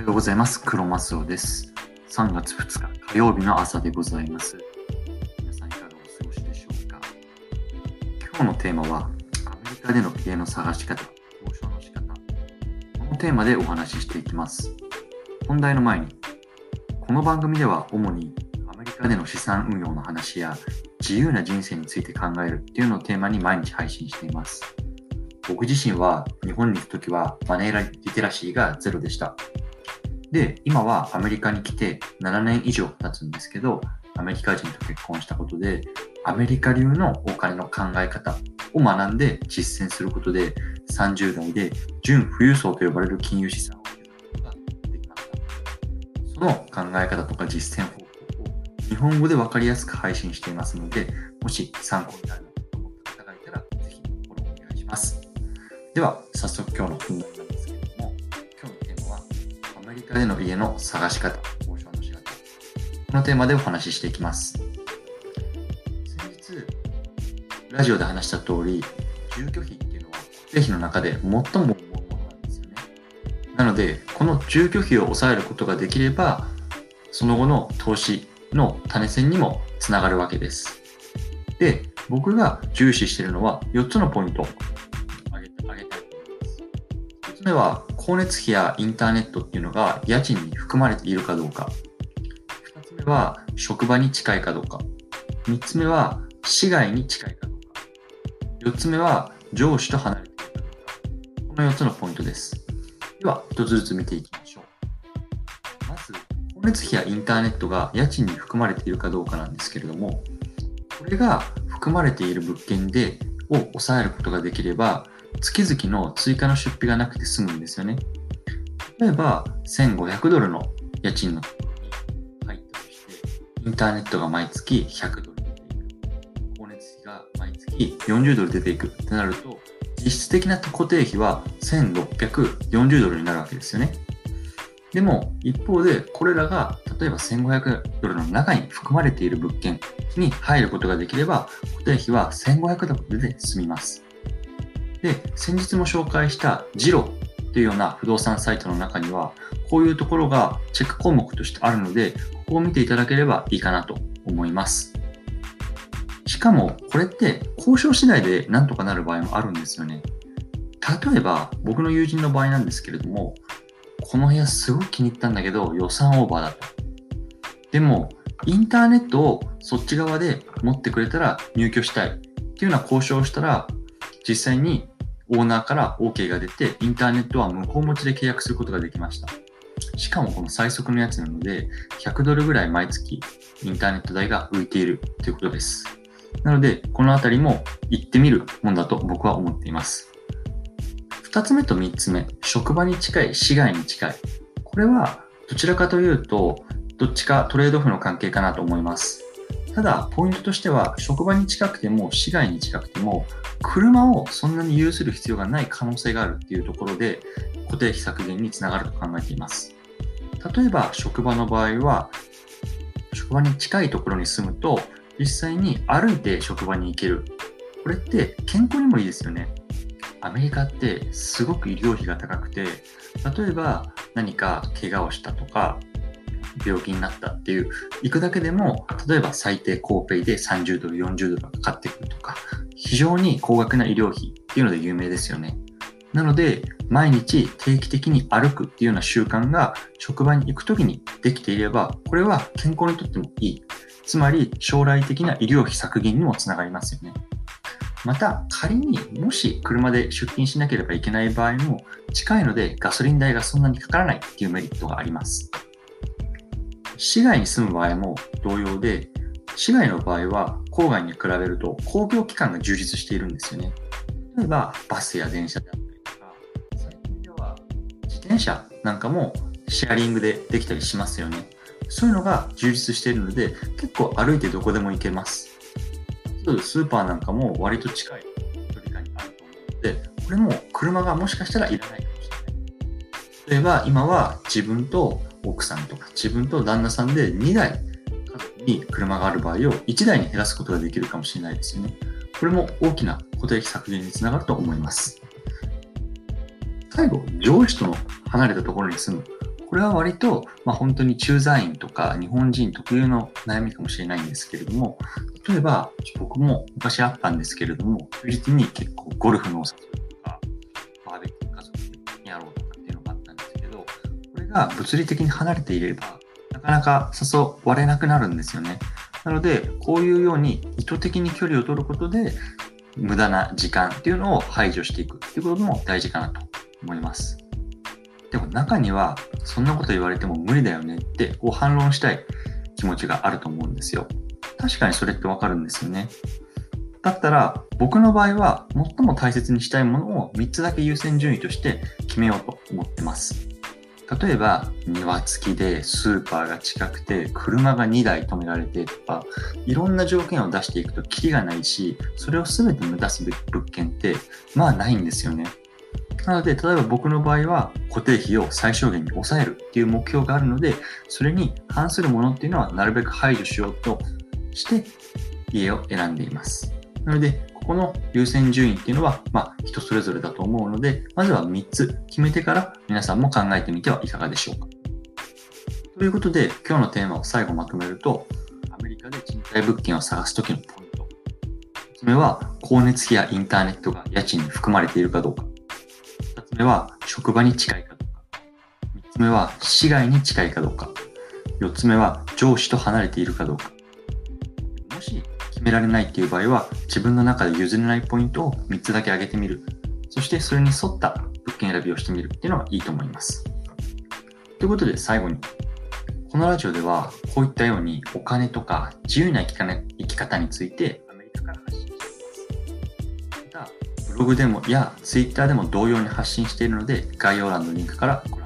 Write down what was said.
ようございます。黒マスオです。3月2日火曜日の朝でございます。皆さんいかがお過ごしでしょうか。今日のテーマはアメリカでの家の探し方、交渉の仕方。このテーマでお話ししていきます。本題の前に、この番組では主にアメリカでの資産運用の話や自由な人生について考えるっていうのをテーマに毎日配信しています。僕自身は日本に行くときはマネーリテラシーがゼロでした。で、今はアメリカに来て7年以上経つんですけど、アメリカ人と結婚したことで、アメリカ流のお金の考え方を学んで実践することで、30代で純富裕層と呼ばれる金融資産を築くことができました。その考え方とか実践方法を日本語で分かりやすく配信していますので、もし参考になると思った方がいたら、ぜひフォローお願いします。では、早速今日の本題なんですけれども、今日のテーマは、アメリカでの家の探し方、交渉の仕方。このテーマでお話ししていきます。先日、ラジオで話した通り、住居費っていうのは固定費の中で最も重いものなんですよね。なので、この住居費を抑えることができれば、その後の投資の種銭にもつながるわけです。で、僕が重視しているのは4つのポイントを挙げたいと思います。1つ目は、光熱費やインターネットっていうのが家賃に含まれているかどうか。2つ目は職場に近いかどうか。3つ目は市街に近いかどうか。4つ目は上司と離れているかどうか。この4つのポイントです。では1つずつ見ていきましょう。まず光熱費やインターネットが家賃に含まれているかどうかなんですけれども、これが含まれている物件を抑えることができれば、月々の追加の出費がなくて済むんですよね。例えば、$1,500の家賃のところに入ったとして、インターネットが毎月$100出ていく。光熱費が毎月$40出ていくってなると、実質的な固定費は$1,640になるわけですよね。でも、一方で、これらが、例えば$1,500の中に含まれている物件に入ることができれば、固定費は$1,500で済みます。で、先日も紹介したジローというような不動産サイトの中には、こういうところがチェック項目としてあるので、ここを見ていただければいいかなと思います。しかも、これって交渉次第でなんとかなる場合もあるんですよね。例えば、僕の友人の場合なんですけれども、この部屋すごく気に入ったんだけど予算オーバーだと。でも、インターネットをそっち側で持ってくれたら入居したいっていうような交渉をしたら、実際にオーナーから OK が出て、インターネットは向こう持ちで契約することができました。しかもこの最速のやつなので、$100ぐらい毎月インターネット代が浮いているということです。なので、このあたりも行ってみるもんだと僕は思っています。2つ目と3つ目、職場に近い、市街に近い。これはどちらかというと、どっちかトレードオフの関係かなと思います。ただ、ポイントとしては、職場に近くても、市街に近くても、車をそんなに有する必要がない可能性があるっていうところで、固定費削減につながると考えています。例えば、職場の場合は、職場に近いところに住むと、実際に歩いて職場に行ける。これって健康にもいいですよね。アメリカってすごく医療費が高くて、例えば何か怪我をしたとか、病気になったっていう、行くだけでも、例えば最低コーペイで$30、$40がかかってくるとか、非常に高額な医療費っていうので有名ですよね。なので、毎日定期的に歩くっていうような習慣が職場に行くときにできていれば、これは健康にとってもいい。つまり将来的な医療費削減にもつながりますよね。また、仮にもし車で出勤しなければいけない場合も、近いのでガソリン代がそんなにかからないっていうメリットがあります。市街に住む場合も同様で、市街の場合は郊外に比べると公共機関が充実しているんですよね。例えばバスや電車であったりとか、最近では自転車なんかもシェアリングでできたりしますよね。そういうのが充実しているので、結構歩いてどこでも行けます。スーパーなんかも割と近い距離感にあると思うので、これも車がもしかしたらいらないかもしれない。例えば今は自分と奥さんとか自分と旦那さんで2台家族に車がある場合を1台に減らすことができるかもしれないですよね。これも大きな固定費削減につながると思います。最後、上司との離れたところに住む。ここれは割と、本当に駐在員とか日本人特有の悩みかもしれないんですけれども、例えば僕も昔あったんですけれども、休日に結構ゴルフのお誘いとか、バーベキュー家族でやろうとかっていうのがあったんですけど、これが物理的に離れていれば、なかなか誘われなくなるんですよね。なので、こういうように意図的に距離を取ることで、無駄な時間っていうのを排除していくっていうことも大事かなと思います。でも中には、そんなこと言われても無理だよねって反論したい気持ちがあると思うんですよ。確かにそれってわかるんですよね。だったら、僕の場合は最も大切にしたいものを3つだけ優先順位として決めようと思ってます。例えば、庭付きでスーパーが近くて車が2台止められてとか、いろんな条件を出していくとキリがないし、それを全て満たす物件ってないんですよね。なので、例えば僕の場合は固定費を最小限に抑えるっていう目標があるので、それに反するものっていうのはなるべく排除しようとして家を選んでいます。なので、ここの優先順位っていうのは、人それぞれだと思うので、まずは3つ決めてから皆さんも考えてみてはいかがでしょうか。ということで、今日のテーマを最後まとめると、アメリカで賃貸物件を探すときのポイント。1つ目は、光熱費やインターネットが家賃に含まれているかどうか。2つ目は、職場に近いかどうか。3つ目は、市街に近いかどうか。4つ目は、上司と離れているかどうか。もし決められないっていう場合は、自分の中で譲れないポイントを3つだけ挙げてみる。そしてそれに沿った物件選びをしてみるっていうのがいいと思います。ということで最後に、このラジオではこういったようにお金とか自由な生き方についてアメリカから発信しています。また、ブログでもやツイッターでも同様に発信しているので、概要欄のリンクからご覧